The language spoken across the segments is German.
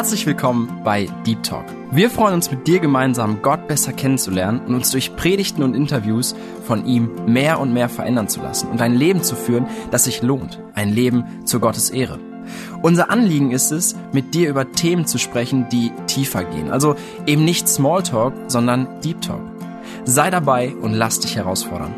Herzlich willkommen bei Deep Talk. Wir freuen uns, mit dir gemeinsam Gott besser kennenzulernen und uns durch Predigten und Interviews von ihm mehr und mehr verändern zu lassen und ein Leben zu führen, das sich lohnt, ein Leben zu Gottes Ehre. Unser Anliegen ist es, mit dir über Themen zu sprechen, die tiefer gehen. Also eben nicht Smalltalk, sondern Deep Talk. Sei dabei und lass dich herausfordern.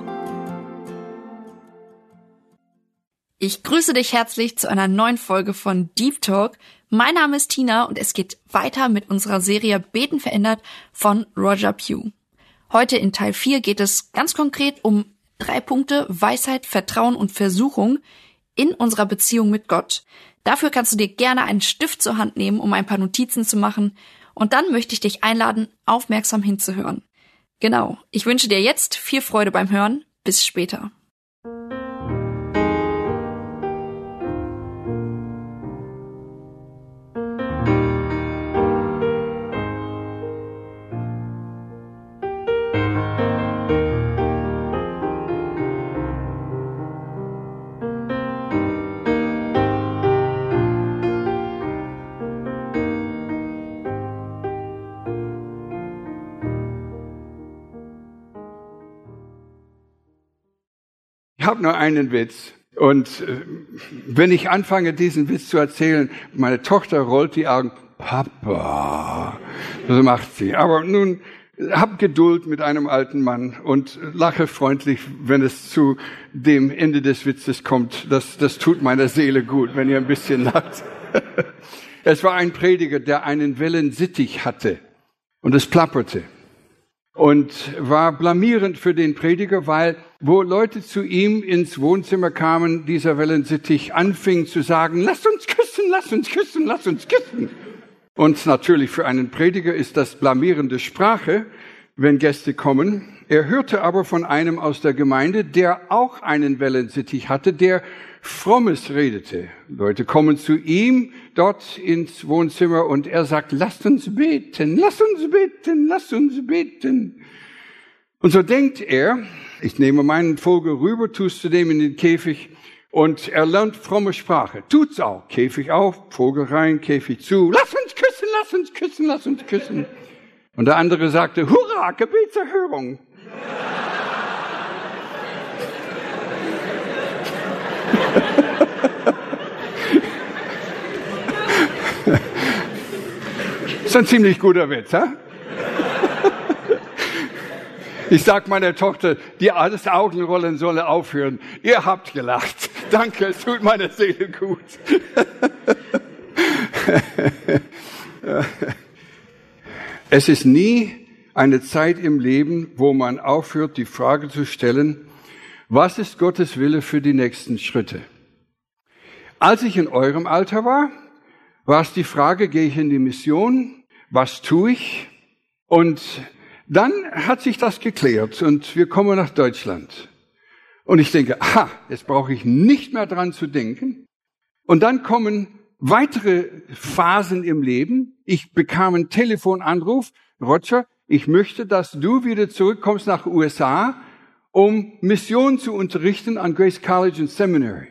Ich grüße dich herzlich zu einer neuen Folge von Deep Talk. Mein Name ist Tina und es geht weiter mit unserer Serie Beten verändert von Roger Pugh. Heute in Teil 4 geht es ganz konkret um 3 Punkte: Weisheit, Vertrauen und Versuchung in unserer Beziehung mit Gott. Dafür kannst du dir gerne einen Stift zur Hand nehmen, um ein paar Notizen zu machen. Und dann möchte ich dich einladen, aufmerksam hinzuhören. Genau, ich wünsche dir jetzt viel Freude beim Hören. Bis später. Ich habe nur einen Witz und wenn ich anfange, diesen Witz zu erzählen, meine Tochter rollt die Augen. Papa, so macht sie. Aber nun, hab Geduld mit einem alten Mann und lache freundlich, wenn es zu dem Ende des Witzes kommt. Das tut meiner Seele gut, wenn ihr ein bisschen lacht. Es war ein Prediger, der einen Wellensittich hatte und es plapperte. Und war blamierend für den Prediger, weil wo Leute zu ihm ins Wohnzimmer kamen, dieser Wellensittich anfing zu sagen, lasst uns küssen, lasst uns küssen, lasst uns küssen. Und natürlich für einen Prediger ist das blamierende Sprache, wenn Gäste kommen. Er hörte aber von einem aus der Gemeinde, der auch einen Wellensittich hatte, der Frommes redete. Leute kommen zu ihm dort ins Wohnzimmer und er sagt, lasst uns beten, lasst uns beten, lasst uns beten. Und so denkt er, ich nehme meinen Vogel rüber, tust zu dem in den Käfig und er lernt fromme Sprache. Tut's auch. Käfig auf, Vogel rein, Käfig zu. Lass uns küssen, lass uns küssen, lass uns küssen. Und der andere sagte, hurra, Gebetserhörung. Das ist ein ziemlich guter Witz, ha? Ich sag meiner Tochter, das Augenrollen soll aufhören. Ihr habt gelacht. Danke, es tut meiner Seele gut. Es ist nie eine Zeit im Leben, wo man aufhört, die Frage zu stellen, was ist Gottes Wille für die nächsten Schritte? Als ich in eurem Alter war es die Frage, gehe ich in die Mission? Was tue ich? Und dann hat sich das geklärt und wir kommen nach Deutschland. Und ich denke, jetzt brauche ich nicht mehr dran zu denken. Und dann kommen weitere Phasen im Leben. Ich bekam einen Telefonanruf, Roger, ich möchte, dass du wieder zurückkommst nach USA, um Mission zu unterrichten an Grace College and Seminary.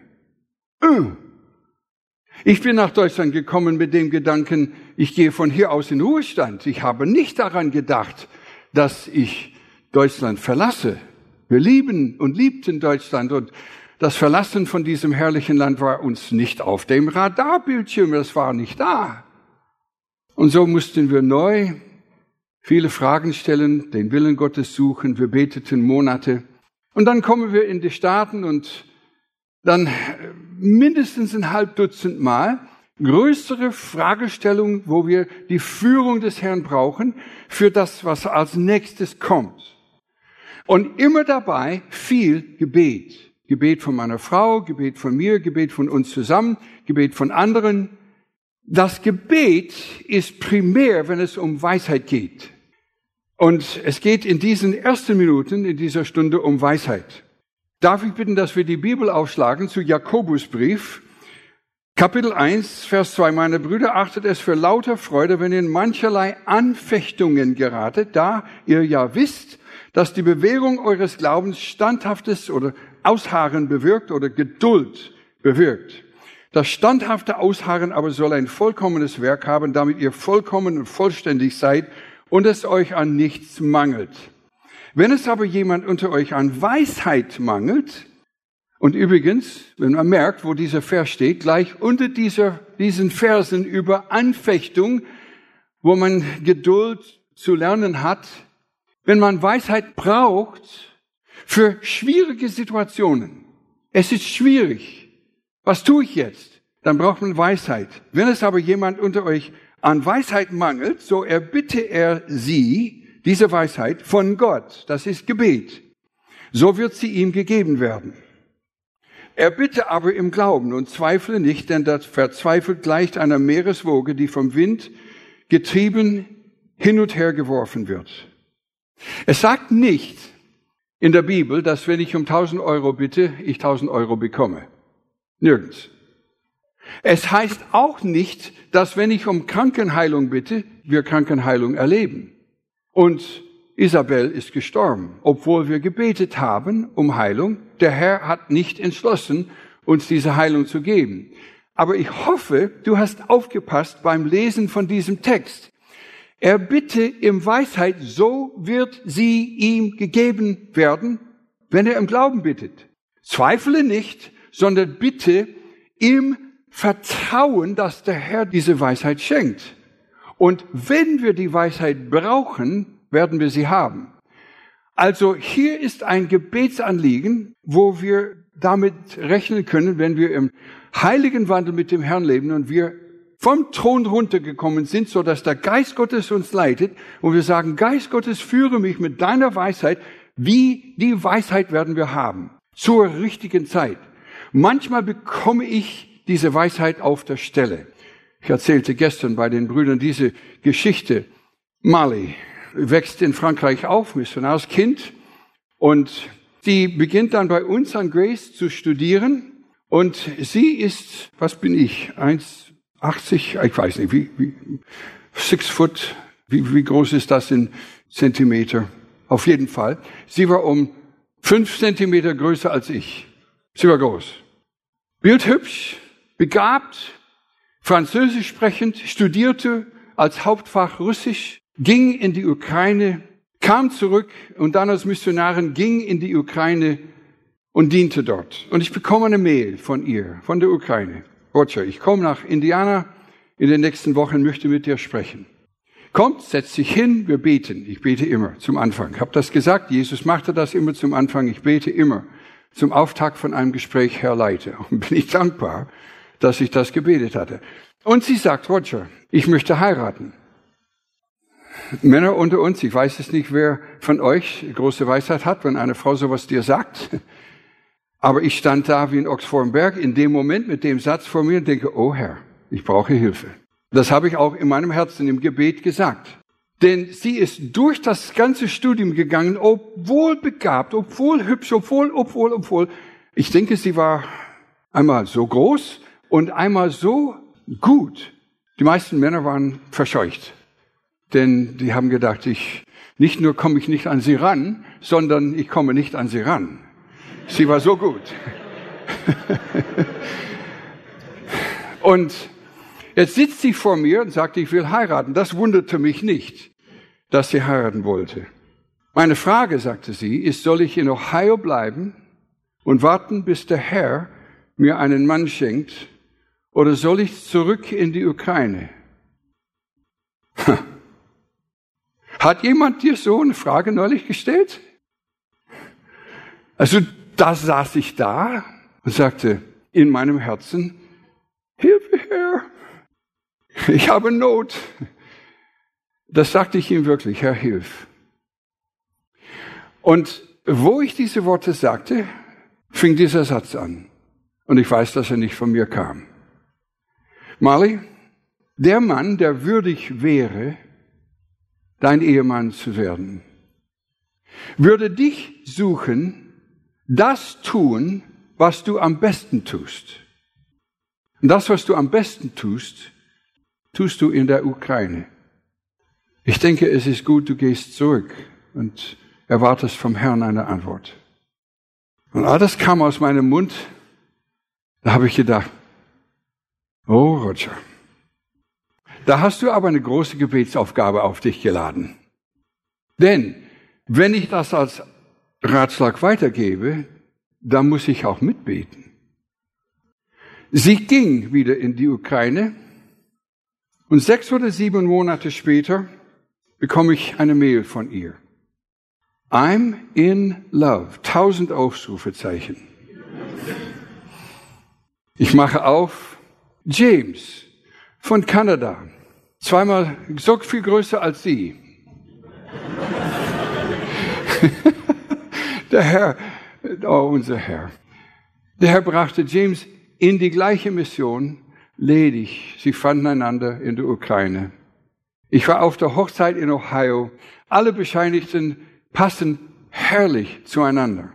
Ich bin nach Deutschland gekommen mit dem Gedanken, ich gehe von hier aus in Ruhestand. Ich habe nicht daran gedacht, dass ich Deutschland verlasse. Wir lieben und liebten Deutschland und das Verlassen von diesem herrlichen Land war uns nicht auf dem Radarbildschirm, das war nicht da. Und so mussten wir neu viele Fragen stellen, den Willen Gottes suchen, wir beteten Monate. Und dann kommen wir in die Staaten und dann mindestens ein halb Dutzend Mal größere Fragestellungen, wo wir die Führung des Herrn brauchen für das, was als nächstes kommt. Und immer dabei viel Gebet. Gebet von meiner Frau, Gebet von mir, Gebet von uns zusammen, Gebet von anderen. Das Gebet ist primär, wenn es um Weisheit geht. Und es geht in diesen ersten Minuten, in dieser Stunde um Weisheit. Darf ich bitten, dass wir die Bibel aufschlagen zu Jakobusbrief, Kapitel 1, Vers 2. Meine Brüder, achtet es für lauter Freude, wenn ihr in mancherlei Anfechtungen geratet, da ihr ja wisst, dass die Bewährung eures Glaubens Standhaftes oder Ausharren bewirkt oder Geduld bewirkt. Das standhafte Ausharren aber soll ein vollkommenes Werk haben, damit ihr vollkommen und vollständig seid und es euch an nichts mangelt. Wenn es aber jemand unter euch an Weisheit mangelt, und übrigens, wenn man merkt, wo dieser Vers steht, gleich unter diesen Versen über Anfechtung, wo man Geduld zu lernen hat, wenn man Weisheit braucht für schwierige Situationen. Es ist schwierig. Was tue ich jetzt? Dann braucht man Weisheit. Wenn es aber jemand unter euch an Weisheit mangelt, so erbitte er sie, diese Weisheit, von Gott. Das ist Gebet. So wird sie ihm gegeben werden. Erbitte aber im Glauben und zweifle nicht, denn das verzweifelt gleicht einer Meereswoge, die vom Wind getrieben hin und her geworfen wird. Es sagt nicht in der Bibel, dass wenn ich um 1.000 Euro bitte, ich 1.000 Euro bekomme. Nirgends. Es heißt auch nicht, dass wenn ich um Krankenheilung bitte, wir Krankenheilung erleben. Und Isabel ist gestorben, obwohl wir gebetet haben um Heilung. Der Herr hat nicht entschlossen, uns diese Heilung zu geben. Aber ich hoffe, du hast aufgepasst beim Lesen von diesem Text. Er bitte im Weisheit, so wird sie ihm gegeben werden, wenn er im Glauben bittet. Zweifle nicht, sondern bitte im Vertrauen, dass der Herr diese Weisheit schenkt. Und wenn wir die Weisheit brauchen, werden wir sie haben. Also hier ist ein Gebetsanliegen, wo wir damit rechnen können, wenn wir im heiligen Wandel mit dem Herrn leben und wir vom Thron runtergekommen sind, so dass der Geist Gottes uns leitet und wir sagen, Geist Gottes, führe mich mit deiner Weisheit, wie die Weisheit werden wir haben, zur richtigen Zeit. Manchmal bekomme ich diese Weisheit auf der Stelle. Ich erzählte gestern bei den Brüdern diese Geschichte. Mali wächst in Frankreich auf, Missionarskind, und sie beginnt dann bei uns an Grace zu studieren. Und sie ist, was bin ich, 1,80, ich weiß nicht, 6 Foot, wie groß ist das in Zentimeter? Auf jeden Fall. Sie war um 5 Zentimeter größer als ich. Sie war groß. Bildhübsch, begabt, Französisch sprechend, studierte als Hauptfach Russisch, ging in die Ukraine, kam zurück und dann als Missionarin ging in die Ukraine und diente dort. Und ich bekomme eine Mail von ihr, von der Ukraine. Roger, ich komme nach Indiana in den nächsten Wochen, möchte mit dir sprechen. Kommt, setzt sich hin, wir beten. Ich bete immer zum Anfang. Ich habe das gesagt, Jesus machte das immer zum Anfang. Ich bete immer zum Auftakt von einem Gespräch, Herr, leite. Und bin ich dankbar, dass ich das gebetet hatte. Und sie sagt, Roger, ich möchte heiraten. Männer unter uns, ich weiß es nicht, wer von euch große Weisheit hat, wenn eine Frau sowas dir sagt. Aber ich stand da wie ein Ochs vor dem Berg in dem Moment mit dem Satz vor mir und denke, oh Herr, ich brauche Hilfe. Das habe ich auch in meinem Herzen im Gebet gesagt. Denn sie ist durch das ganze Studium gegangen, obwohl begabt, obwohl hübsch, obwohl. Ich denke, sie war einmal so groß und einmal so gut. Die meisten Männer waren verscheucht. Denn die haben gedacht, nicht nur komme ich nicht an sie ran, sondern ich komme nicht an sie ran. Sie war so gut. Und jetzt sitzt sie vor mir und sagt, ich will heiraten. Das wunderte mich nicht, dass sie heiraten wollte. Meine Frage, sagte sie, ist, soll ich in Ohio bleiben und warten, bis der Herr mir einen Mann schenkt, oder soll ich zurück in die Ukraine? Hat jemand dir so eine Frage neulich gestellt? Also da saß ich da und sagte in meinem Herzen, Hilfe, Herr, ich habe Not. Das sagte ich ihm wirklich, Herr, hilf. Und wo ich diese Worte sagte, fing dieser Satz an. Und ich weiß, dass er nicht von mir kam. Mali, der Mann, der würdig wäre, dein Ehemann zu werden, würde dich suchen, das tun, was du am besten tust. Und das, was du am besten tust, tust du in der Ukraine. Ich denke, es ist gut, du gehst zurück und erwartest vom Herrn eine Antwort. Und all das kam aus meinem Mund, da habe ich gedacht, Oh, Roger. Da hast du aber eine große Gebetsaufgabe auf dich geladen. Denn wenn ich das als Ratschlag weitergebe, dann muss ich auch mitbeten. Sie ging wieder in die Ukraine und 6 oder 7 Monate später bekomme ich eine Mail von ihr. I'm in love. 1000 Ausrufezeichen. Ich mache auf, James von Kanada. 2-mal so viel größer als Sie. Der Herr, oh unser Herr. Der Herr brachte James in die gleiche Mission, ledig. Sie fanden einander in der Ukraine. Ich war auf der Hochzeit in Ohio. Alle Bescheinigten passen herrlich zueinander.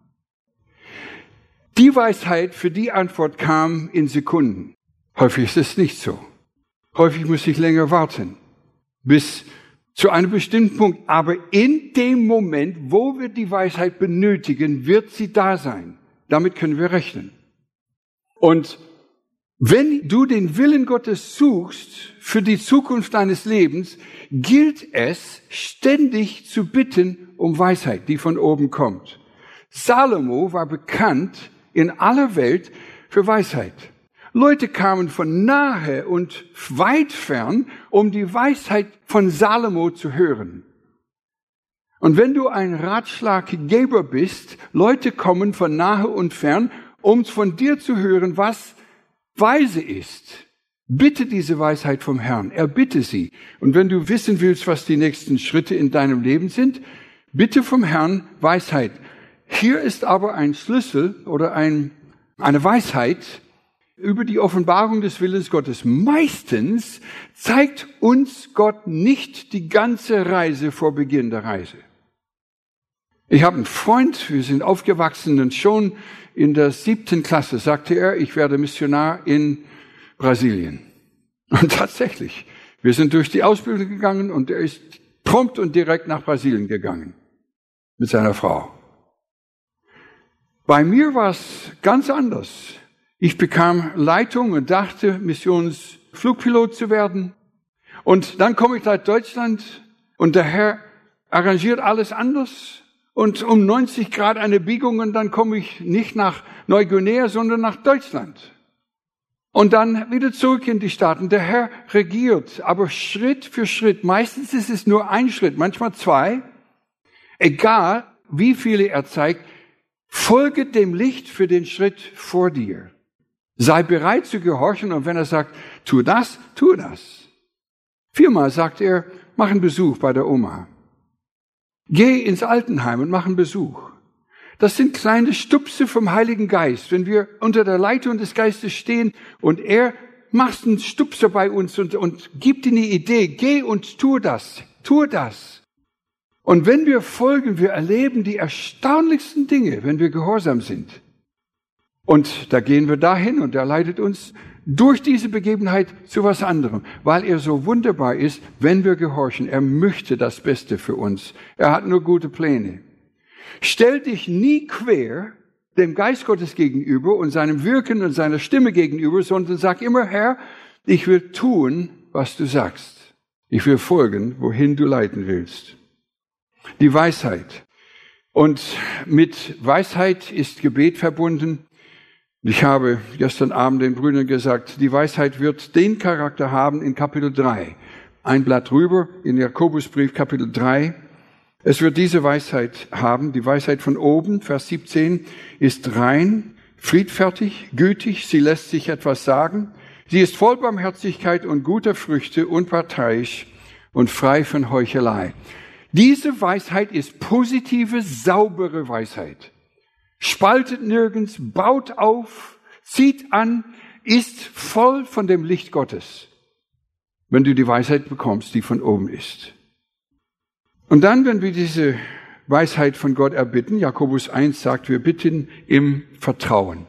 Die Weisheit für die Antwort kam in Sekunden. Häufig ist es nicht so. Häufig muss ich länger warten, bis zu einem bestimmten Punkt. Aber in dem Moment, wo wir die Weisheit benötigen, wird sie da sein. Damit können wir rechnen. Und wenn du den Willen Gottes suchst für die Zukunft deines Lebens, gilt es, ständig zu bitten um Weisheit, die von oben kommt. Salomo war bekannt in aller Welt für Weisheit. Leute kamen von nahe und weit fern, um die Weisheit von Salomo zu hören. Und wenn du ein Ratschlaggeber bist, Leute kommen von nahe und fern, um von dir zu hören, was weise ist. Bitte diese Weisheit vom Herrn, erbitte sie. Und wenn du wissen willst, was die nächsten Schritte in deinem Leben sind, bitte vom Herrn Weisheit. Hier ist aber ein Schlüssel oder eine Weisheit über die Offenbarung des Willens Gottes. Meistens zeigt uns Gott nicht die ganze Reise vor Beginn der Reise. Ich habe einen Freund, wir sind aufgewachsen und schon in der 7. Klasse sagte er, ich werde Missionar in Brasilien. Und tatsächlich, wir sind durch die Ausbildung gegangen und er ist prompt und direkt nach Brasilien gegangen mit seiner Frau. Bei mir war es ganz anders. Ich bekam Leitung und dachte, Missionsflugpilot zu werden. Und dann komme ich nach Deutschland und der Herr arrangiert alles anders. Und um 90 Grad eine Biegung und dann komme ich nicht nach Neuguinea, sondern nach Deutschland. Und dann wieder zurück in die Staaten. Der Herr regiert, aber Schritt für Schritt. Meistens ist es nur ein Schritt, manchmal 2. Egal, wie viele er zeigt, folge dem Licht für den Schritt vor dir. Sei bereit zu gehorchen und wenn er sagt, tu das, tu das. 4-mal sagt er, mach einen Besuch bei der Oma. Geh ins Altenheim und mach einen Besuch. Das sind kleine Stupse vom Heiligen Geist. Wenn wir unter der Leitung des Geistes stehen und er macht einen Stupser bei uns und gibt dir eine Idee, geh und tu das, tu das. Und wenn wir folgen, wir erleben die erstaunlichsten Dinge, wenn wir gehorsam sind. Und da gehen wir dahin und er leitet uns durch diese Begebenheit zu was anderem, weil er so wunderbar ist, wenn wir gehorchen. Er möchte das Beste für uns. Er hat nur gute Pläne. Stell dich nie quer dem Geist Gottes gegenüber und seinem Wirken und seiner Stimme gegenüber, sondern sag immer, Herr, ich will tun, was du sagst. Ich will folgen, wohin du leiten willst. Die Weisheit. Und mit Weisheit ist Gebet verbunden. Ich habe gestern Abend den Brüdern gesagt, die Weisheit wird den Charakter haben in Kapitel 3. Ein Blatt rüber in Jakobusbrief Kapitel 3. Es wird diese Weisheit haben, die Weisheit von oben, Vers 17, ist rein, friedfertig, gütig, sie lässt sich etwas sagen. Sie ist voll Barmherzigkeit und guter Früchte, unparteiisch und frei von Heuchelei. Diese Weisheit ist positive, saubere Weisheit. Spaltet nirgends, baut auf, zieht an, ist voll von dem Licht Gottes. Wenn du die Weisheit bekommst, die von oben ist. Und dann, wenn wir diese Weisheit von Gott erbitten, Jakobus 1 sagt, wir bitten im Vertrauen.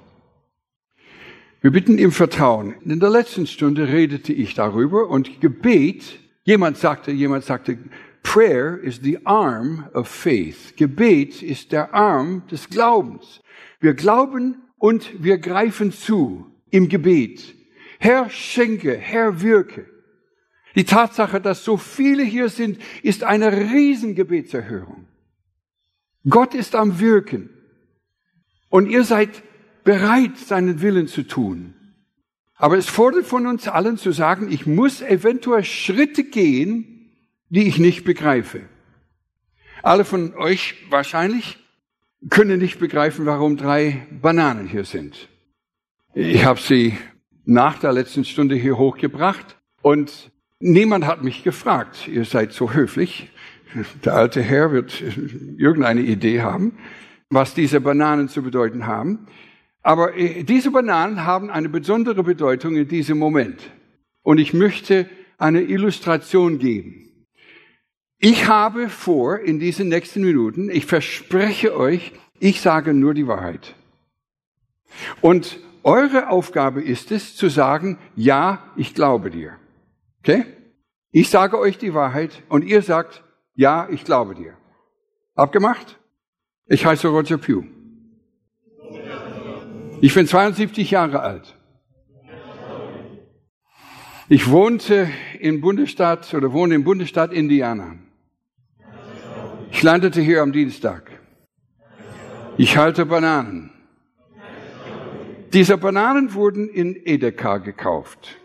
Wir bitten im Vertrauen. In der letzten Stunde redete ich darüber und Gebet, jemand sagte, Prayer is the arm of faith. Gebet ist der Arm des Glaubens. Wir glauben und wir greifen zu im Gebet. Herr, schenke, Herr, wirke. Die Tatsache, dass so viele hier sind, ist eine Riesengebetserhörung. Gott ist am Wirken. Und ihr seid bereit, seinen Willen zu tun. Aber es fordert von uns allen zu sagen, ich muss eventuell Schritte gehen, die ich nicht begreife. Alle von euch wahrscheinlich können nicht begreifen, warum 3 Bananen hier sind. Ich habe sie nach der letzten Stunde hier hochgebracht und niemand hat mich gefragt. Ihr seid so höflich. Der alte Herr wird irgendeine Idee haben, was diese Bananen zu bedeuten haben. Aber diese Bananen haben eine besondere Bedeutung in diesem Moment. Und ich möchte eine Illustration geben. Ich habe vor, in diesen nächsten Minuten, ich verspreche euch, ich sage nur die Wahrheit. Und eure Aufgabe ist es, zu sagen, ja, ich glaube dir. Okay? Ich sage euch die Wahrheit und ihr sagt, ja, ich glaube dir. Abgemacht? Ich heiße Roger Pugh. Ich bin 72 Jahre alt. Ich wohne im Bundesstaat Indiana. Ich landete hier am Dienstag. Ich halte Bananen. Diese Bananen wurden in Edeka gekauft.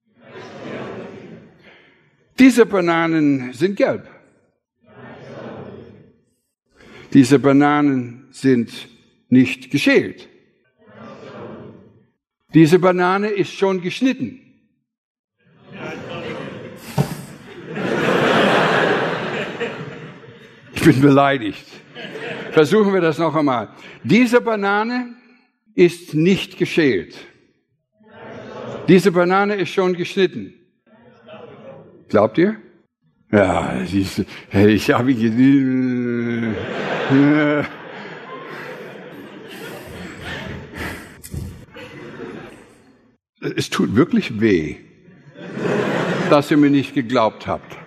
Diese Bananen sind gelb. Diese Bananen sind nicht geschält. Diese Banane ist schon geschnitten. Ich bin beleidigt. Versuchen wir das noch einmal. Diese Banane ist nicht geschält. Diese Banane ist schon geschnitten. Glaubt ihr? Ja, ich habe ihn. Es tut wirklich weh, dass ihr mir nicht geglaubt habt.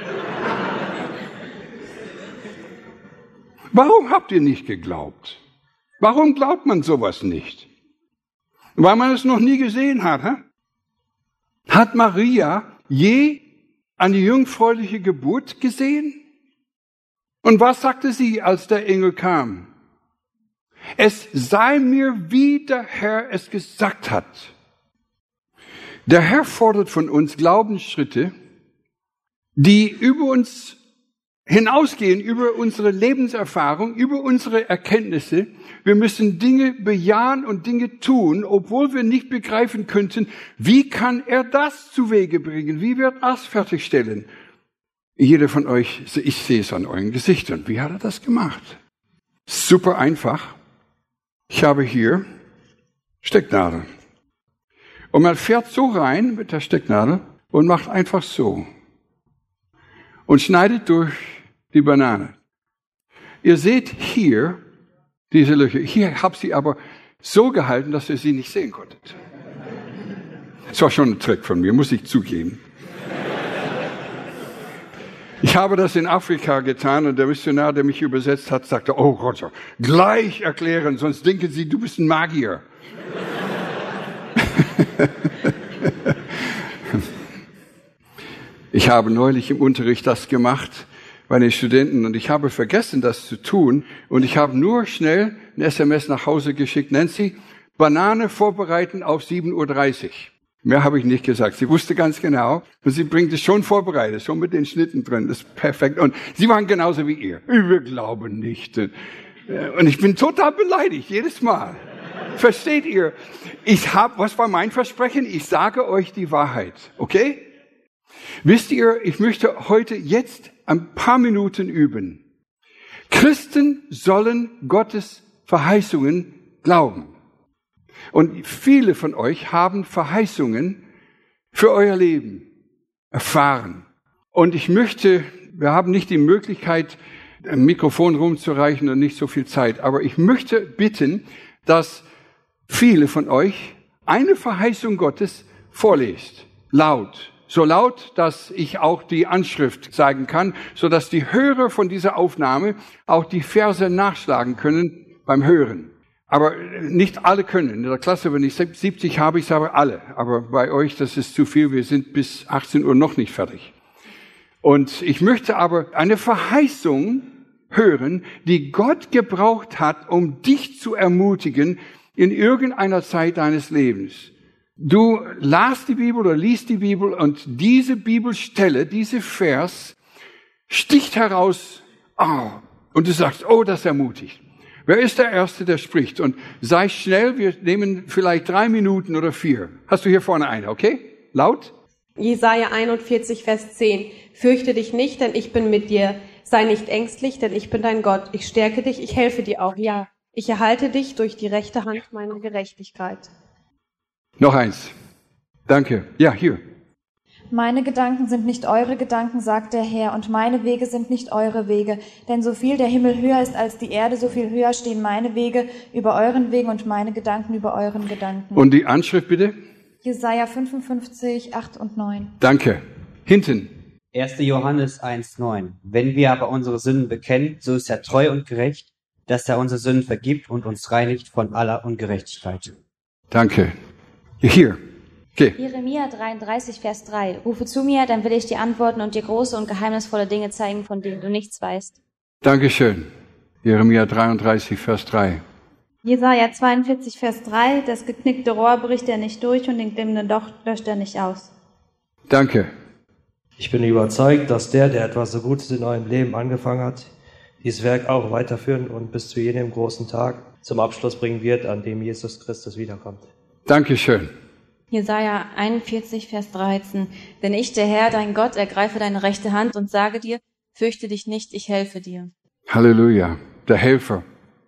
Warum habt ihr nicht geglaubt? Warum glaubt man sowas nicht? Weil man es noch nie gesehen hat. Hä? Hat Maria je eine jungfräuliche Geburt gesehen? Und was sagte sie, als der Engel kam? Es sei mir, wie der Herr es gesagt hat. Der Herr fordert von uns Glaubensschritte, die über uns hinausgehen, über unsere Lebenserfahrung, über unsere Erkenntnisse. Wir müssen Dinge bejahen und Dinge tun, obwohl wir nicht begreifen könnten, wie kann er das zu Wege bringen? Wie wird das fertigstellen? Jeder von euch, ich sehe es an euren Gesichtern. Wie hat er das gemacht? Super einfach. Ich habe hier Stecknadeln. Und man fährt so rein mit der Stecknadel und macht einfach so. Und schneidet durch die Banane. Ihr seht hier diese Löcher. Hier habe ich sie aber so gehalten, dass ihr sie nicht sehen konntet. Das war schon ein Trick von mir, muss ich zugeben. Ich habe das in Afrika getan und der Missionar, der mich übersetzt hat, sagte, oh Roger, gleich erklären, sonst denken sie, du bist ein Magier. Ich habe neulich im Unterricht das gemacht bei den Studenten und ich habe vergessen, das zu tun und ich habe nur schnell ein SMS nach Hause geschickt. Nancy, Banane vorbereiten auf 7:30 Uhr. Mehr habe ich nicht gesagt. Sie wusste ganz genau und sie bringt es schon vorbereitet, schon mit den Schnitten drin. Das ist perfekt. Und sie waren genauso wie ihr. Wir glauben nicht. Und ich bin total beleidigt, jedes Mal. Versteht ihr? Was war mein Versprechen? Ich sage euch die Wahrheit. Okay? Wisst ihr, ich möchte heute jetzt ein paar Minuten üben. Christen sollen Gottes Verheißungen glauben. Und viele von euch haben Verheißungen für euer Leben erfahren. Und wir haben nicht die Möglichkeit, ein Mikrofon rumzureichen und nicht so viel Zeit. Aber ich möchte bitten, dass viele von euch eine Verheißung Gottes vorlest. Laut. So laut, dass ich auch die Anschrift zeigen kann, so dass die Hörer von dieser Aufnahme auch die Verse nachschlagen können beim Hören. Aber nicht alle können. In der Klasse, wenn ich 70 habe, ich sage alle. Aber bei euch, das ist zu viel. Wir sind bis 18 Uhr noch nicht fertig. Und ich möchte aber eine Verheißung hören, die Gott gebraucht hat, um dich zu ermutigen in irgendeiner Zeit deines Lebens. Du las die Bibel oder liest die Bibel und diese Bibelstelle, diese Vers sticht heraus, und du sagst, das ermutigt. Wer ist der Erste, der spricht? Und sei schnell, wir nehmen vielleicht 3 Minuten oder 4. Hast du hier vorne eine, okay? Laut? Jesaja 41, Vers 10. Fürchte dich nicht, denn ich bin mit dir. Sei nicht ängstlich, denn ich bin dein Gott. Ich stärke dich, ich helfe dir auch. Ja, ich erhalte dich durch die rechte Hand meiner Gerechtigkeit. Noch eins. Danke. Ja, hier. Meine Gedanken sind nicht eure Gedanken, sagt der Herr, und meine Wege sind nicht eure Wege. Denn so viel der Himmel höher ist als die Erde, so viel höher stehen meine Wege über euren Wegen und meine Gedanken über euren Gedanken. Und die Anschrift bitte? Jesaja 55, 8 und 9. Danke. Hinten. 1. Johannes 1,9. Wenn wir aber unsere Sünden bekennen, so ist er treu und gerecht, dass er unsere Sünden vergibt und uns reinigt von aller Ungerechtigkeit. Danke. Hier. Okay. Jeremia 33, Vers 3. Rufe zu mir, dann will ich dir antworten und dir große und geheimnisvolle Dinge zeigen, von denen du nichts weißt. Dankeschön. Jeremia 33, Vers 3. Jesaja 42, Vers 3. Das geknickte Rohr bricht er nicht durch und den glimmenden Docht löscht er nicht aus. Danke. Ich bin überzeugt, dass der etwas so Gutes in eurem Leben angefangen hat, dieses Werk auch weiterführen und bis zu jenem großen Tag zum Abschluss bringen wird, an dem Jesus Christus wiederkommt. Dankeschön. Jesaja 41, Vers 13. Denn ich, der Herr, dein Gott, ergreife deine rechte Hand und sage dir, fürchte dich nicht, ich helfe dir. Halleluja. Der Helfer.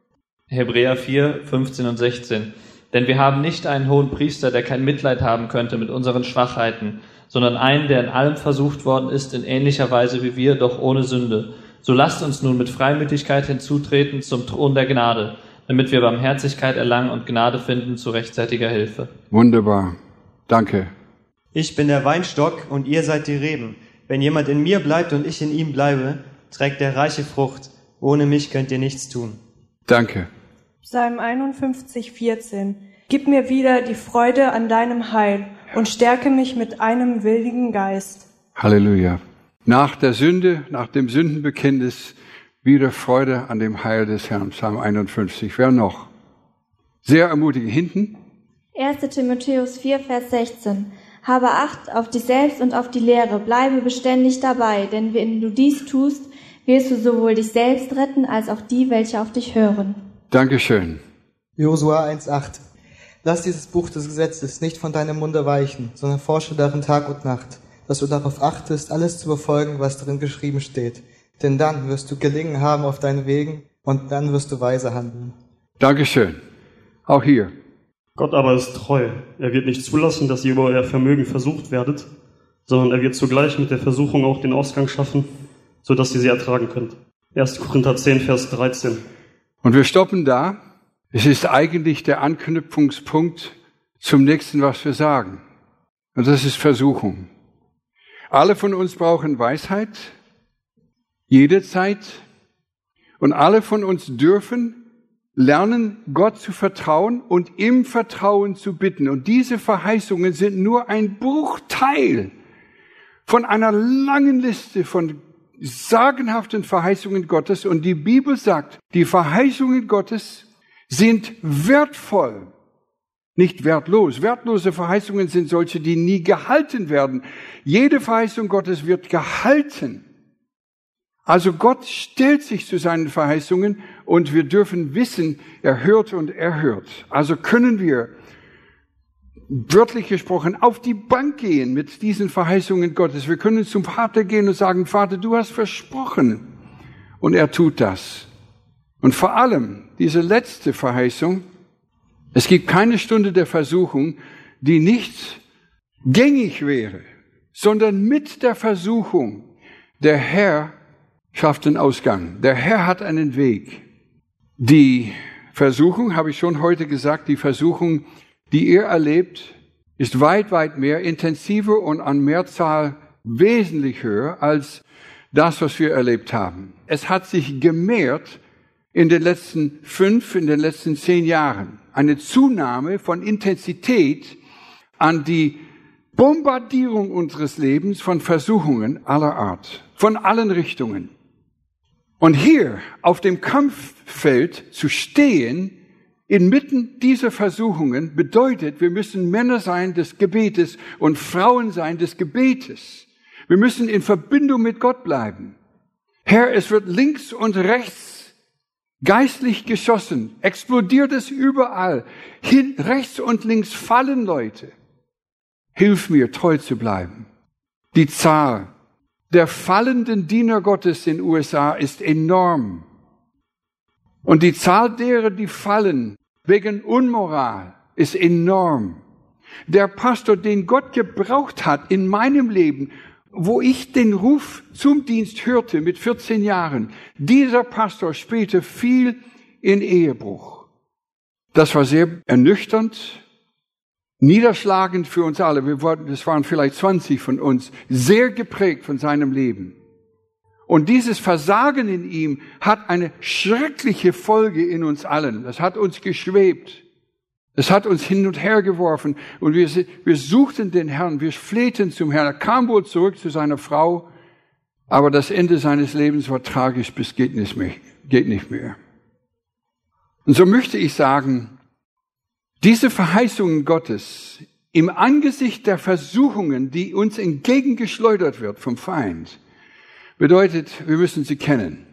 Hebräer 4, 15 und 16. Denn wir haben nicht einen hohen Priester, der kein Mitleid haben könnte mit unseren Schwachheiten, sondern einen, der in allem versucht worden ist, in ähnlicher Weise wie wir, doch ohne Sünde. So lasst uns nun mit Freimütigkeit hinzutreten zum Thron der Gnade, damit wir Barmherzigkeit erlangen und Gnade finden zu rechtzeitiger Hilfe. Wunderbar. Danke. Ich bin der Weinstock und ihr seid die Reben. Wenn jemand in mir bleibt und ich in ihm bleibe, trägt er reiche Frucht. Ohne mich könnt ihr nichts tun. Danke. Psalm 51, 14. Gib mir wieder die Freude an deinem Heil und stärke mich mit einem willigen Geist. Halleluja. Nach der Sünde, nach dem Sündenbekenntnis, wieder Freude an dem Heil des Herrn. Psalm 51. Wer noch? Sehr ermutigend. Hinten? 1. Timotheus 4, Vers 16. Habe Acht auf dich selbst und auf die Lehre, bleibe beständig dabei, denn wenn du dies tust, wirst du sowohl dich selbst retten, als auch die, welche auf dich hören. Dankeschön. Josua 1,8. Lass dieses Buch des Gesetzes nicht von deinem Munde weichen, sondern forsche darin Tag und Nacht, dass du darauf achtest, alles zu befolgen, was darin geschrieben steht. Denn dann wirst du gelingen haben auf deinen Wegen und dann wirst du weise handeln. Dankeschön. Auch hier. Gott aber ist treu. Er wird nicht zulassen, dass ihr über euer Vermögen versucht werdet, sondern er wird zugleich mit der Versuchung auch den Ausgang schaffen, sodass ihr sie ertragen könnt. 1. Korinther 10, Vers 13. Und wir stoppen da. Es ist eigentlich der Anknüpfungspunkt zum nächsten, was wir sagen. Und das ist Versuchung. Alle von uns brauchen Weisheit, jederzeit. Und alle von uns dürfen lernen, Gott zu vertrauen und im Vertrauen zu bitten. Und diese Verheißungen sind nur ein Bruchteil von einer langen Liste von sagenhaften Verheißungen Gottes. Und die Bibel sagt, die Verheißungen Gottes sind wertvoll, nicht wertlos. Wertlose Verheißungen sind solche, die nie gehalten werden. Jede Verheißung Gottes wird gehalten. Also Gott stellt sich zu seinen Verheißungen und wir dürfen wissen, er hört und er hört. Also können wir, wörtlich gesprochen, auf die Bank gehen mit diesen Verheißungen Gottes. Wir können zum Vater gehen und sagen, Vater, du hast versprochen. Und er tut das. Und vor allem diese letzte Verheißung, es gibt keine Stunde der Versuchung, die nicht gängig wäre, sondern mit der Versuchung, der Herr schafft den Ausgang. Der Herr hat einen Weg. Die Versuchung, habe ich schon heute gesagt, die Versuchung, die ihr erlebt, ist weit, weit mehr, intensiver und an Mehrzahl wesentlich höher als das, was wir erlebt haben. Es hat sich gemehrt in den letzten 10 Jahren. Eine Zunahme von Intensität an die Bombardierung unseres Lebens von Versuchungen aller Art, von allen Richtungen. Und hier auf dem Kampffeld zu stehen, inmitten dieser Versuchungen, bedeutet, wir müssen Männer sein des Gebetes und Frauen sein des Gebetes. Wir müssen in Verbindung mit Gott bleiben. Herr, es wird links und rechts geistlich geschossen, explodiert es überall. Rechts und links fallen Leute. Hilf mir, treu zu bleiben. Die Zahl der fallenden Diener Gottes in den USA ist enorm. Und die Zahl derer, die fallen wegen Unmoral, ist enorm. Der Pastor, den Gott gebraucht hat in meinem Leben, wo ich den Ruf zum Dienst hörte mit 14 Jahren, dieser Pastor später fiel in Ehebruch. Das war sehr ernüchternd, niederschlagend für uns alle. Das waren vielleicht 20 von uns, sehr geprägt von seinem Leben. Und dieses Versagen in ihm hat eine schreckliche Folge in uns allen. Das hat uns geschwebt. Es hat uns hin und her geworfen. Und wir suchten den Herrn, wir flehten zum Herrn. Er kam wohl zurück zu seiner Frau, aber das Ende seines Lebens war tragisch bis geht nicht mehr. Und so möchte ich sagen, diese Verheißungen Gottes im Angesicht der Versuchungen, die uns entgegengeschleudert wird vom Feind, bedeutet, wir müssen sie kennen.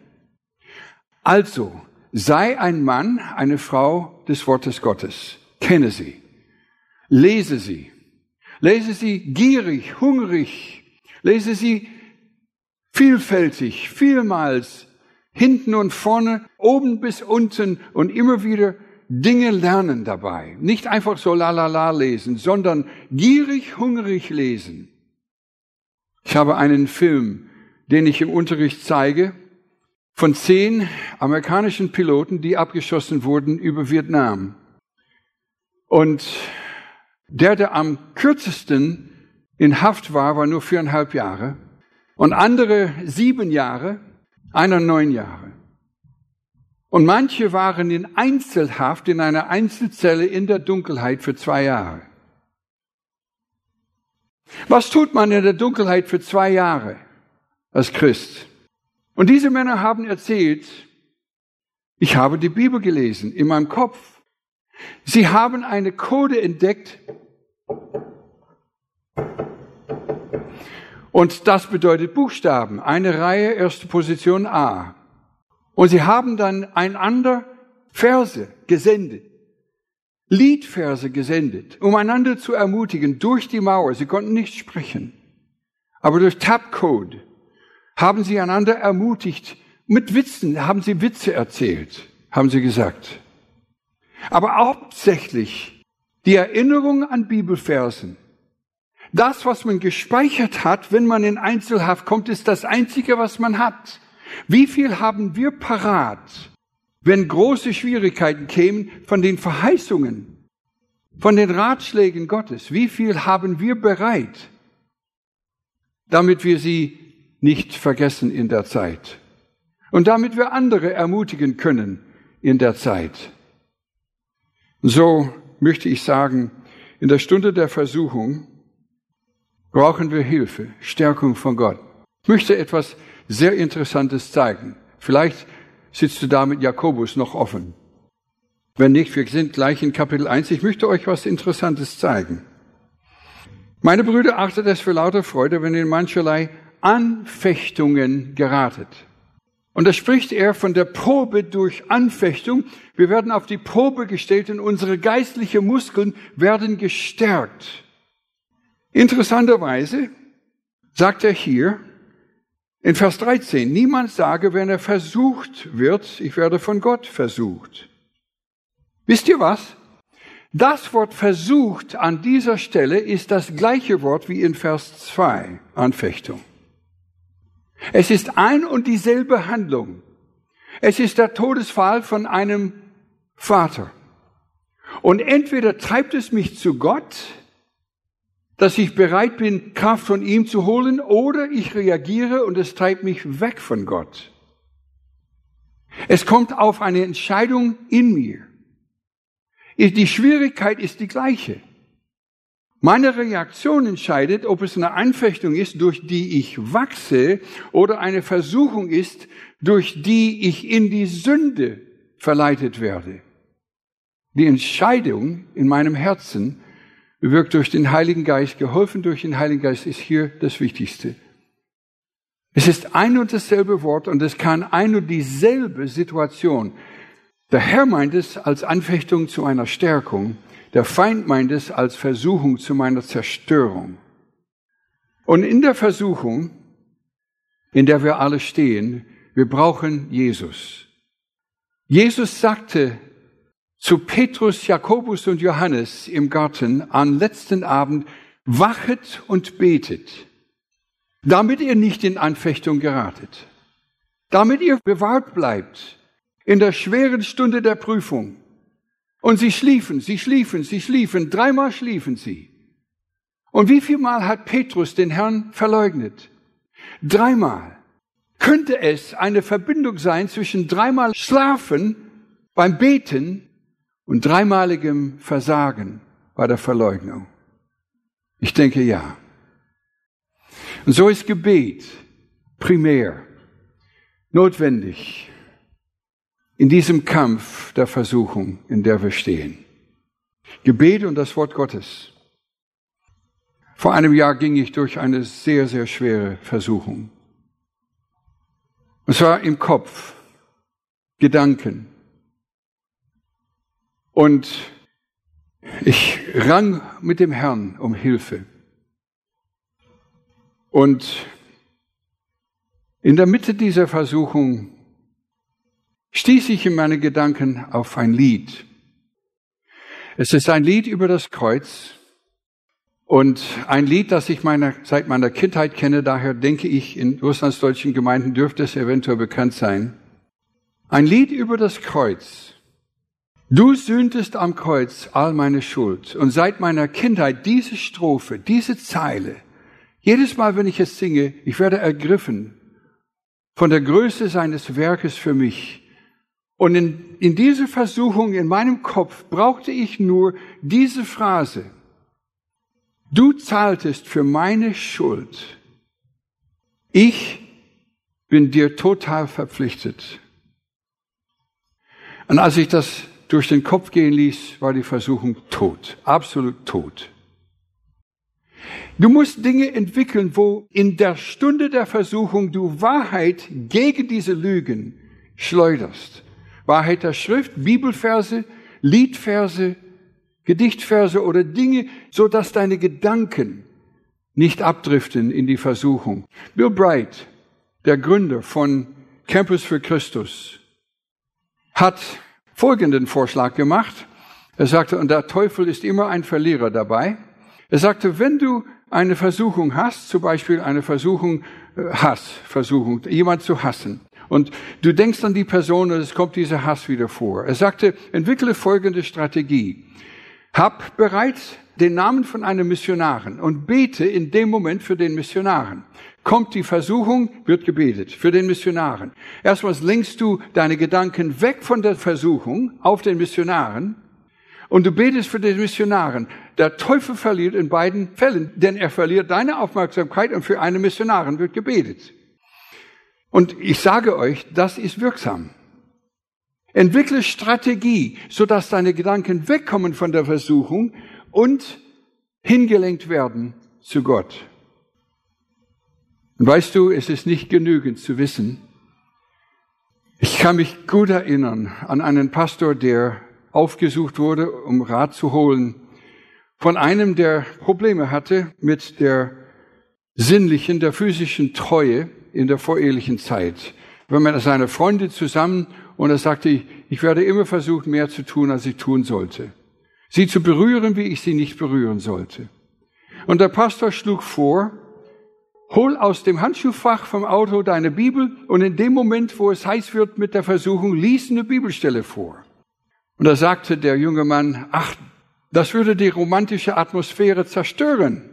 Also, sei ein Mann, eine Frau des Wortes Gottes. Kenne sie. Lese sie. Lese sie gierig, hungrig. Lese sie vielfältig, vielmals, hinten und vorne, oben bis unten und immer wieder Dinge lernen dabei. Nicht einfach so la lesen, sondern gierig, hungrig lesen. Ich habe einen Film, den ich im Unterricht zeige, von 10 amerikanischen Piloten, die abgeschossen wurden über Vietnam. Und der am kürzesten in Haft war nur 4,5 Jahre. Und andere 7 Jahre, einer 9 Jahre. Und manche waren in Einzelhaft, in einer Einzelzelle in der Dunkelheit für 2 Jahre. Was tut man in der Dunkelheit für 2 Jahre als Christ? Und diese Männer haben erzählt, ich habe die Bibel gelesen in meinem Kopf. Sie haben eine Code entdeckt. Und das bedeutet Buchstaben. Eine Reihe, erste Position A. Und sie haben dann einander Verse gesendet. Liedverse gesendet, um einander zu ermutigen durch die Mauer. Sie konnten nicht sprechen. Aber durch Tabcode haben sie einander ermutigt. Mit Witzen haben sie Witze erzählt, haben sie gesagt. Aber hauptsächlich die Erinnerung an Bibelversen. Das, was man gespeichert hat, wenn man in Einzelhaft kommt, ist das Einzige, was man hat. Wie viel haben wir parat, wenn große Schwierigkeiten kämen, von den Verheißungen, von den Ratschlägen Gottes? Wie viel haben wir bereit, damit wir sie nicht vergessen in der Zeit und damit wir andere ermutigen können in der Zeit? So möchte ich sagen, in der Stunde der Versuchung brauchen wir Hilfe, Stärkung von Gott. Ich möchte etwas sehr Interessantes zeigen. Vielleicht sitzt du da mit Jakobus noch offen. Wenn nicht, wir sind gleich in Kapitel 1. Ich möchte euch was Interessantes zeigen. Meine Brüder, achtet es für lauter Freude, wenn ihr in mancherlei Anfechtungen geratet. Und da spricht er von der Probe durch Anfechtung. Wir werden auf die Probe gestellt und unsere geistlichen Muskeln werden gestärkt. Interessanterweise sagt er hier in Vers 13, niemand sage, wenn er versucht wird, ich werde von Gott versucht. Wisst ihr was? Das Wort versucht an dieser Stelle ist das gleiche Wort wie in Vers 2, Anfechtung. Es ist ein und dieselbe Handlung. Es ist der Todesfall von einem Vater. Und entweder treibt es mich zu Gott, dass ich bereit bin, Kraft von ihm zu holen, oder ich reagiere und es treibt mich weg von Gott. Es kommt auf eine Entscheidung in mir. Die Schwierigkeit ist die gleiche. Meine Reaktion entscheidet, ob es eine Anfechtung ist, durch die ich wachse, oder eine Versuchung ist, durch die ich in die Sünde verleitet werde. Die Entscheidung in meinem Herzen wirkt durch den Heiligen Geist, geholfen durch den Heiligen Geist, ist hier das Wichtigste. Es ist ein und dasselbe Wort und es kann ein und dieselbe Situation. Der Herr meint es als Anfechtung zu einer Stärkung. Der Feind meint es als Versuchung zu meiner Zerstörung. Und in der Versuchung, in der wir alle stehen, wir brauchen Jesus. Jesus sagte zu Petrus, Jakobus und Johannes im Garten am letzten Abend, wachet und betet, damit ihr nicht in Anfechtung geratet, damit ihr bewahrt bleibt in der schweren Stunde der Prüfung. Und sie schliefen, 3-mal schliefen sie. Und wie viel Mal hat Petrus den Herrn verleugnet? 3-mal. Könnte es eine Verbindung sein zwischen 3-mal Schlafen beim Beten und 3-maligem Versagen bei der Verleugnung? Ich denke ja. Und so ist Gebet primär notwendig in diesem Kampf der Versuchung, in der wir stehen. Gebet und das Wort Gottes. Vor einem Jahr ging ich durch eine sehr, sehr schwere Versuchung. Es war im Kopf, Gedanken. Und ich rang mit dem Herrn um Hilfe. Und in der Mitte dieser Versuchung stieß ich in meine Gedanken auf ein Lied. Es ist ein Lied über das Kreuz und ein Lied, das ich seit meiner Kindheit kenne, daher denke ich, in russlandsdeutschen Gemeinden dürfte es eventuell bekannt sein. Ein Lied über das Kreuz. Du sühntest am Kreuz all meine Schuld. Und seit meiner Kindheit diese Strophe, diese Zeile, jedes Mal, wenn ich es singe, ich werde ergriffen von der Größe seines Werkes für mich. Und in diese Versuchung in meinem Kopf brauchte ich nur diese Phrase. Du zahltest für meine Schuld. Ich bin dir total verpflichtet. Und als ich das durch den Kopf gehen ließ, war die Versuchung tot, absolut tot. Du musst Dinge entwickeln, wo in der Stunde der Versuchung du Wahrheit gegen diese Lügen schleuderst. Wahrheit der Schrift, Bibelverse, Liedverse, Gedichtverse oder Dinge, so dass deine Gedanken nicht abdriften in die Versuchung. Bill Bright, der Gründer von Campus für Christus, hat folgenden Vorschlag gemacht. Er sagte, und der Teufel ist immer ein Verlierer dabei. Er sagte, wenn du eine Versuchung hast, zum Beispiel eine Versuchung, jemand zu hassen, und du denkst an die Person und es kommt dieser Hass wieder vor. Er sagte, entwickle folgende Strategie. Hab bereits den Namen von einem Missionaren und bete in dem Moment für den Missionaren. Kommt die Versuchung, wird gebetet für den Missionaren. Erstmals lenkst du deine Gedanken weg von der Versuchung auf den Missionaren und du betest für den Missionaren. Der Teufel verliert in beiden Fällen, denn er verliert deine Aufmerksamkeit und für einen Missionaren wird gebetet. Und ich sage euch, das ist wirksam. Entwickle Strategie, sodass deine Gedanken wegkommen von der Versuchung und hingelenkt werden zu Gott. Und weißt du, es ist nicht genügend zu wissen. Ich kann mich gut erinnern an einen Pastor, der aufgesucht wurde, um Rat zu holen, von einem, der Probleme hatte mit der sinnlichen, der physischen Treue in der vorehelichen Zeit. Wenn man seine Freunde zusammen und er sagte, ich werde immer versuchen, mehr zu tun, als ich tun sollte. Sie zu berühren, wie ich sie nicht berühren sollte. Und der Pastor schlug vor, hol aus dem Handschuhfach vom Auto deine Bibel und in dem Moment, wo es heiß wird mit der Versuchung, lies eine Bibelstelle vor. Und da sagte der junge Mann, ach, das würde die romantische Atmosphäre zerstören.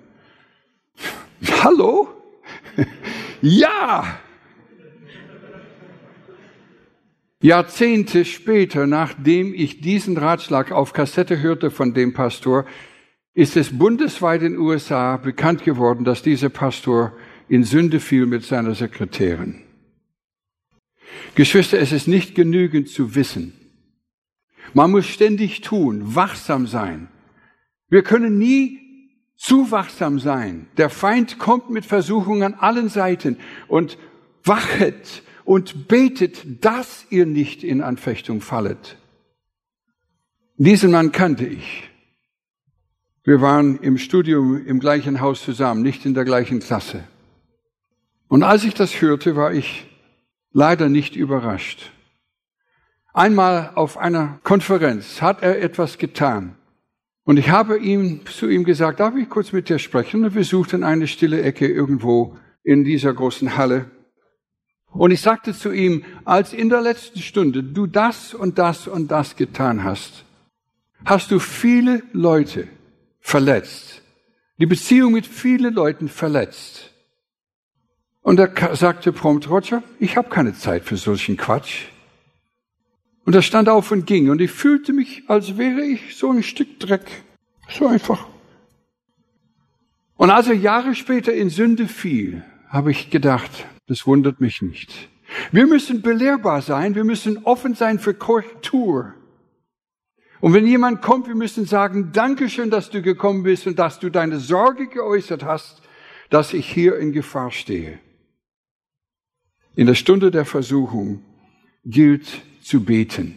Hallo? Ja! Jahrzehnte später, nachdem ich diesen Ratschlag auf Kassette hörte von dem Pastor, ist es bundesweit in den USA bekannt geworden, dass dieser Pastor in Sünde fiel mit seiner Sekretärin. Geschwister, es ist nicht genügend zu wissen. Man muss ständig tun, wachsam sein. Wir können nie zu wachsam sein. Der Feind kommt mit Versuchungen an allen Seiten und wachet und betet, dass ihr nicht in Anfechtung fallet. Diesen Mann kannte ich. Wir waren im Studium im gleichen Haus zusammen, nicht in der gleichen Klasse. Und als ich das hörte, war ich leider nicht überrascht. Einmal auf einer Konferenz hat er etwas getan. Und ich habe zu ihm gesagt, darf ich kurz mit dir sprechen? Und wir suchten eine stille Ecke irgendwo in dieser großen Halle. Und ich sagte zu ihm, als in der letzten Stunde du das und das und das getan hast, hast du viele Leute verletzt, die Beziehung mit vielen Leuten verletzt. Und er sagte prompt, Roger, ich habe keine Zeit für solchen Quatsch. Und er stand auf und ging und ich fühlte mich, als wäre ich so ein Stück Dreck. So einfach. Und als er Jahre später in Sünde fiel, habe ich gedacht, das wundert mich nicht. Wir müssen belehrbar sein, wir müssen offen sein für Korrektur. Und wenn jemand kommt, wir müssen sagen, Dankeschön, dass du gekommen bist und dass du deine Sorge geäußert hast, dass ich hier in Gefahr stehe. In der Stunde der Versuchung gilt zu beten.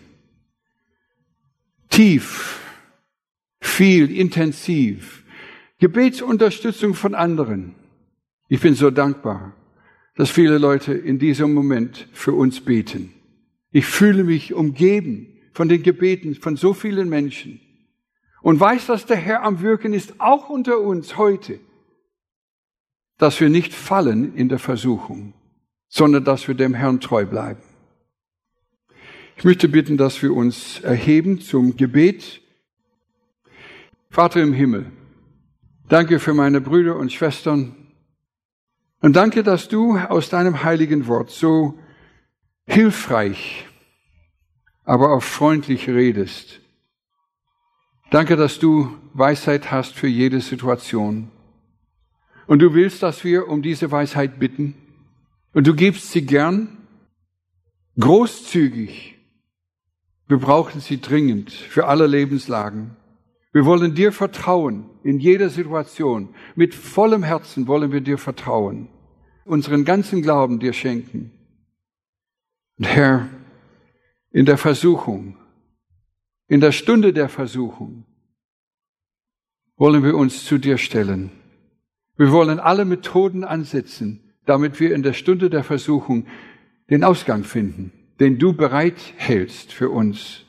Tief, viel, intensiv. Gebetsunterstützung von anderen. Ich bin so dankbar, dass viele Leute in diesem Moment für uns beten. Ich fühle mich umgeben von den Gebeten von so vielen Menschen und weiß, dass der Herr am Wirken ist, auch unter uns heute, dass wir nicht fallen in der Versuchung, sondern dass wir dem Herrn treu bleiben. Ich möchte bitten, dass wir uns erheben zum Gebet. Vater im Himmel, danke für meine Brüder und Schwestern und danke, dass du aus deinem heiligen Wort so hilfreich, aber auch freundlich redest. Danke, dass du Weisheit hast für jede Situation. Und du willst, dass wir um diese Weisheit bitten. Und du gibst sie gern, großzügig. Wir brauchen sie dringend für alle Lebenslagen. Wir wollen dir vertrauen in jeder Situation. Mit vollem Herzen wollen wir dir vertrauen. Unseren ganzen Glauben dir schenken. Und Herr, in der Versuchung, in der Stunde der Versuchung, wollen wir uns zu dir stellen. Wir wollen alle Methoden ansetzen, damit wir in der Stunde der Versuchung den Ausgang finden, den du bereit hältst für uns.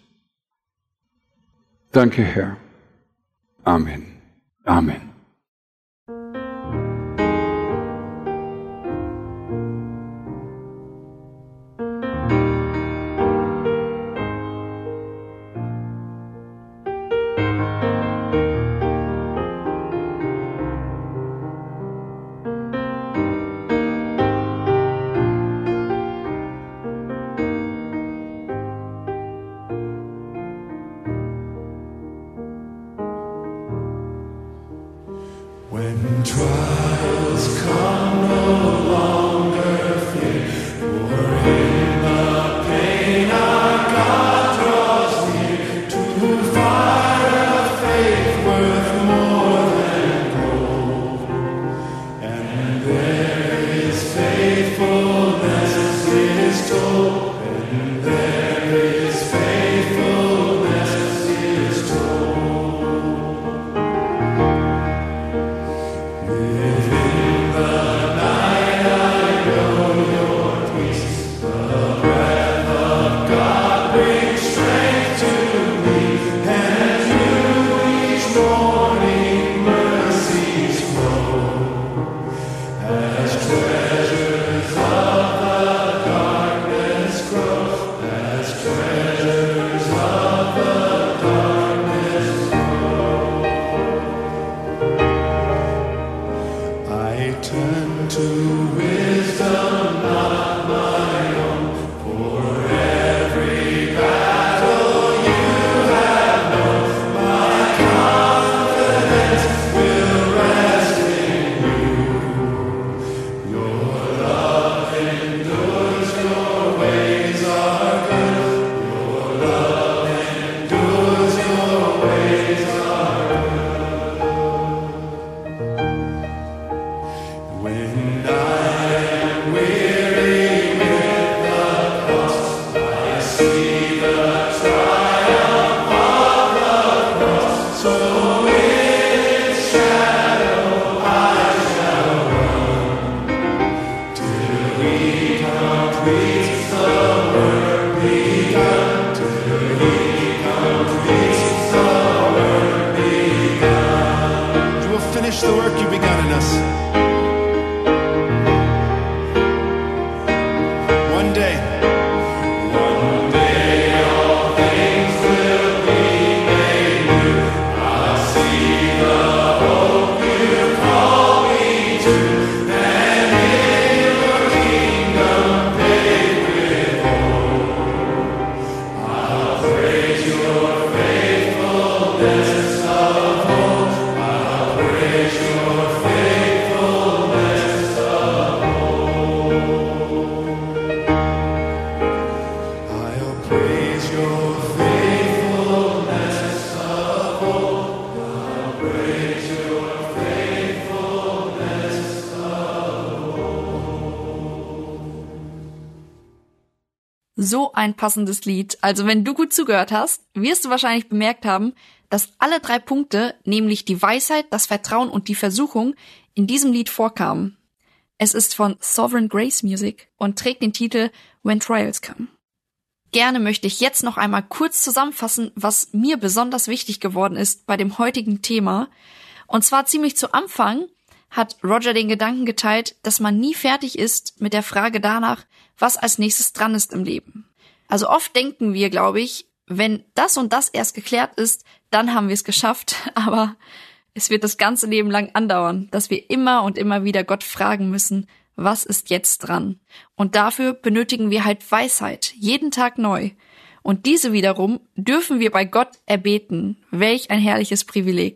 Danke, Herr. Amen. Amen. Within the night finish the work you begun in us. One day, all things will be made new. I'll see the hope you call me to, and in your kingdom paid with gold. I'll praise your faithfulness of old. I'll praise your faithfulness of old. I'll praise your faithfulness of old. I'll praise your faithfulness of old. So ein passendes Lied. Also wenn du gut zugehört hast, wirst du wahrscheinlich bemerkt haben, dass alle 3 Punkte, nämlich die Weisheit, das Vertrauen und die Versuchung, in diesem Lied vorkamen. Es ist von Sovereign Grace Music und trägt den Titel When Trials Come. Gerne möchte ich jetzt noch einmal kurz zusammenfassen, was mir besonders wichtig geworden ist bei dem heutigen Thema. Und zwar ziemlich zu Anfang hat Roger den Gedanken geteilt, dass man nie fertig ist mit der Frage danach, was als nächstes dran ist im Leben. Also oft denken wir, glaube ich, wenn das und das erst geklärt ist, dann haben wir es geschafft, aber es wird das ganze Leben lang andauern, dass wir immer und immer wieder Gott fragen müssen, was ist jetzt dran? Und dafür benötigen wir halt Weisheit, jeden Tag neu. Und diese wiederum dürfen wir bei Gott erbeten. Welch ein herrliches Privileg.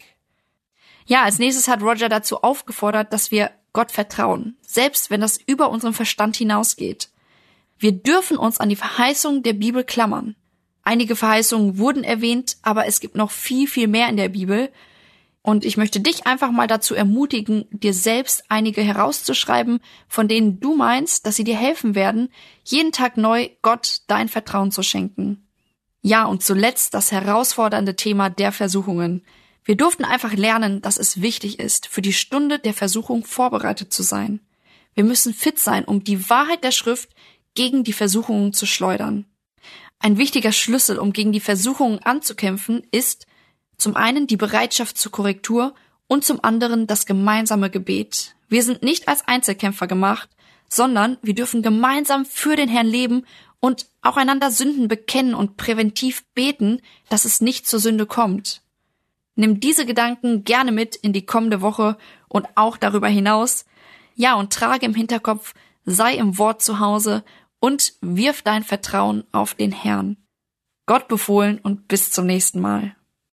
Ja, als nächstes hat Roger dazu aufgefordert, dass wir Gott vertrauen, selbst wenn das über unseren Verstand hinausgeht. Wir dürfen uns an die Verheißungen der Bibel klammern. Einige Verheißungen wurden erwähnt, aber es gibt noch viel, viel mehr in der Bibel. Und ich möchte dich einfach mal dazu ermutigen, dir selbst einige herauszuschreiben, von denen du meinst, dass sie dir helfen werden, jeden Tag neu Gott dein Vertrauen zu schenken. Ja, und zuletzt das herausfordernde Thema der Versuchungen. Wir durften einfach lernen, dass es wichtig ist, für die Stunde der Versuchung vorbereitet zu sein. Wir müssen fit sein, um die Wahrheit der Schrift gegen die Versuchungen zu schleudern. Ein wichtiger Schlüssel, um gegen die Versuchungen anzukämpfen, ist zum einen die Bereitschaft zur Korrektur und zum anderen das gemeinsame Gebet. Wir sind nicht als Einzelkämpfer gemacht, sondern wir dürfen gemeinsam für den Herrn leben und auch einander Sünden bekennen und präventiv beten, dass es nicht zur Sünde kommt. Nimm diese Gedanken gerne mit in die kommende Woche und auch darüber hinaus. Ja, und trage im Hinterkopf, sei im Wort zu Hause und wirf dein Vertrauen auf den Herrn. Gott befohlen und bis zum nächsten Mal.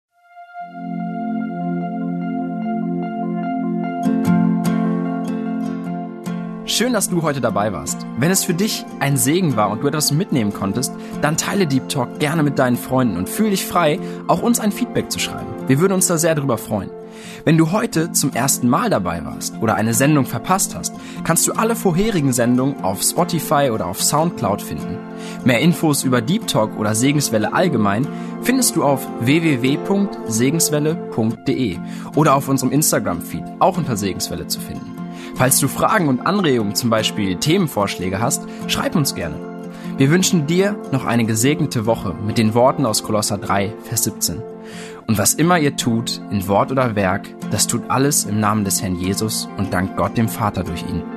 Schön, dass du heute dabei warst. Wenn es für dich ein Segen war und du etwas mitnehmen konntest, dann teile Deep Talk gerne mit deinen Freunden und fühl dich frei, auch uns ein Feedback zu schreiben. Wir würden uns da sehr drüber freuen. Wenn du heute zum ersten Mal dabei warst oder eine Sendung verpasst hast, kannst du alle vorherigen Sendungen auf Spotify oder auf Soundcloud finden. Mehr Infos über Deep Talk oder Segenswelle allgemein findest du auf www.segenswelle.de oder auf unserem Instagram-Feed, auch unter Segenswelle zu finden. Falls du Fragen und Anregungen, zum Beispiel Themenvorschläge hast, schreib uns gerne. Wir wünschen dir noch eine gesegnete Woche mit den Worten aus Kolosser 3, Vers 17. Und was immer ihr tut, in Wort oder Werk, das tut alles im Namen des Herrn Jesus und dankt Gott dem Vater durch ihn.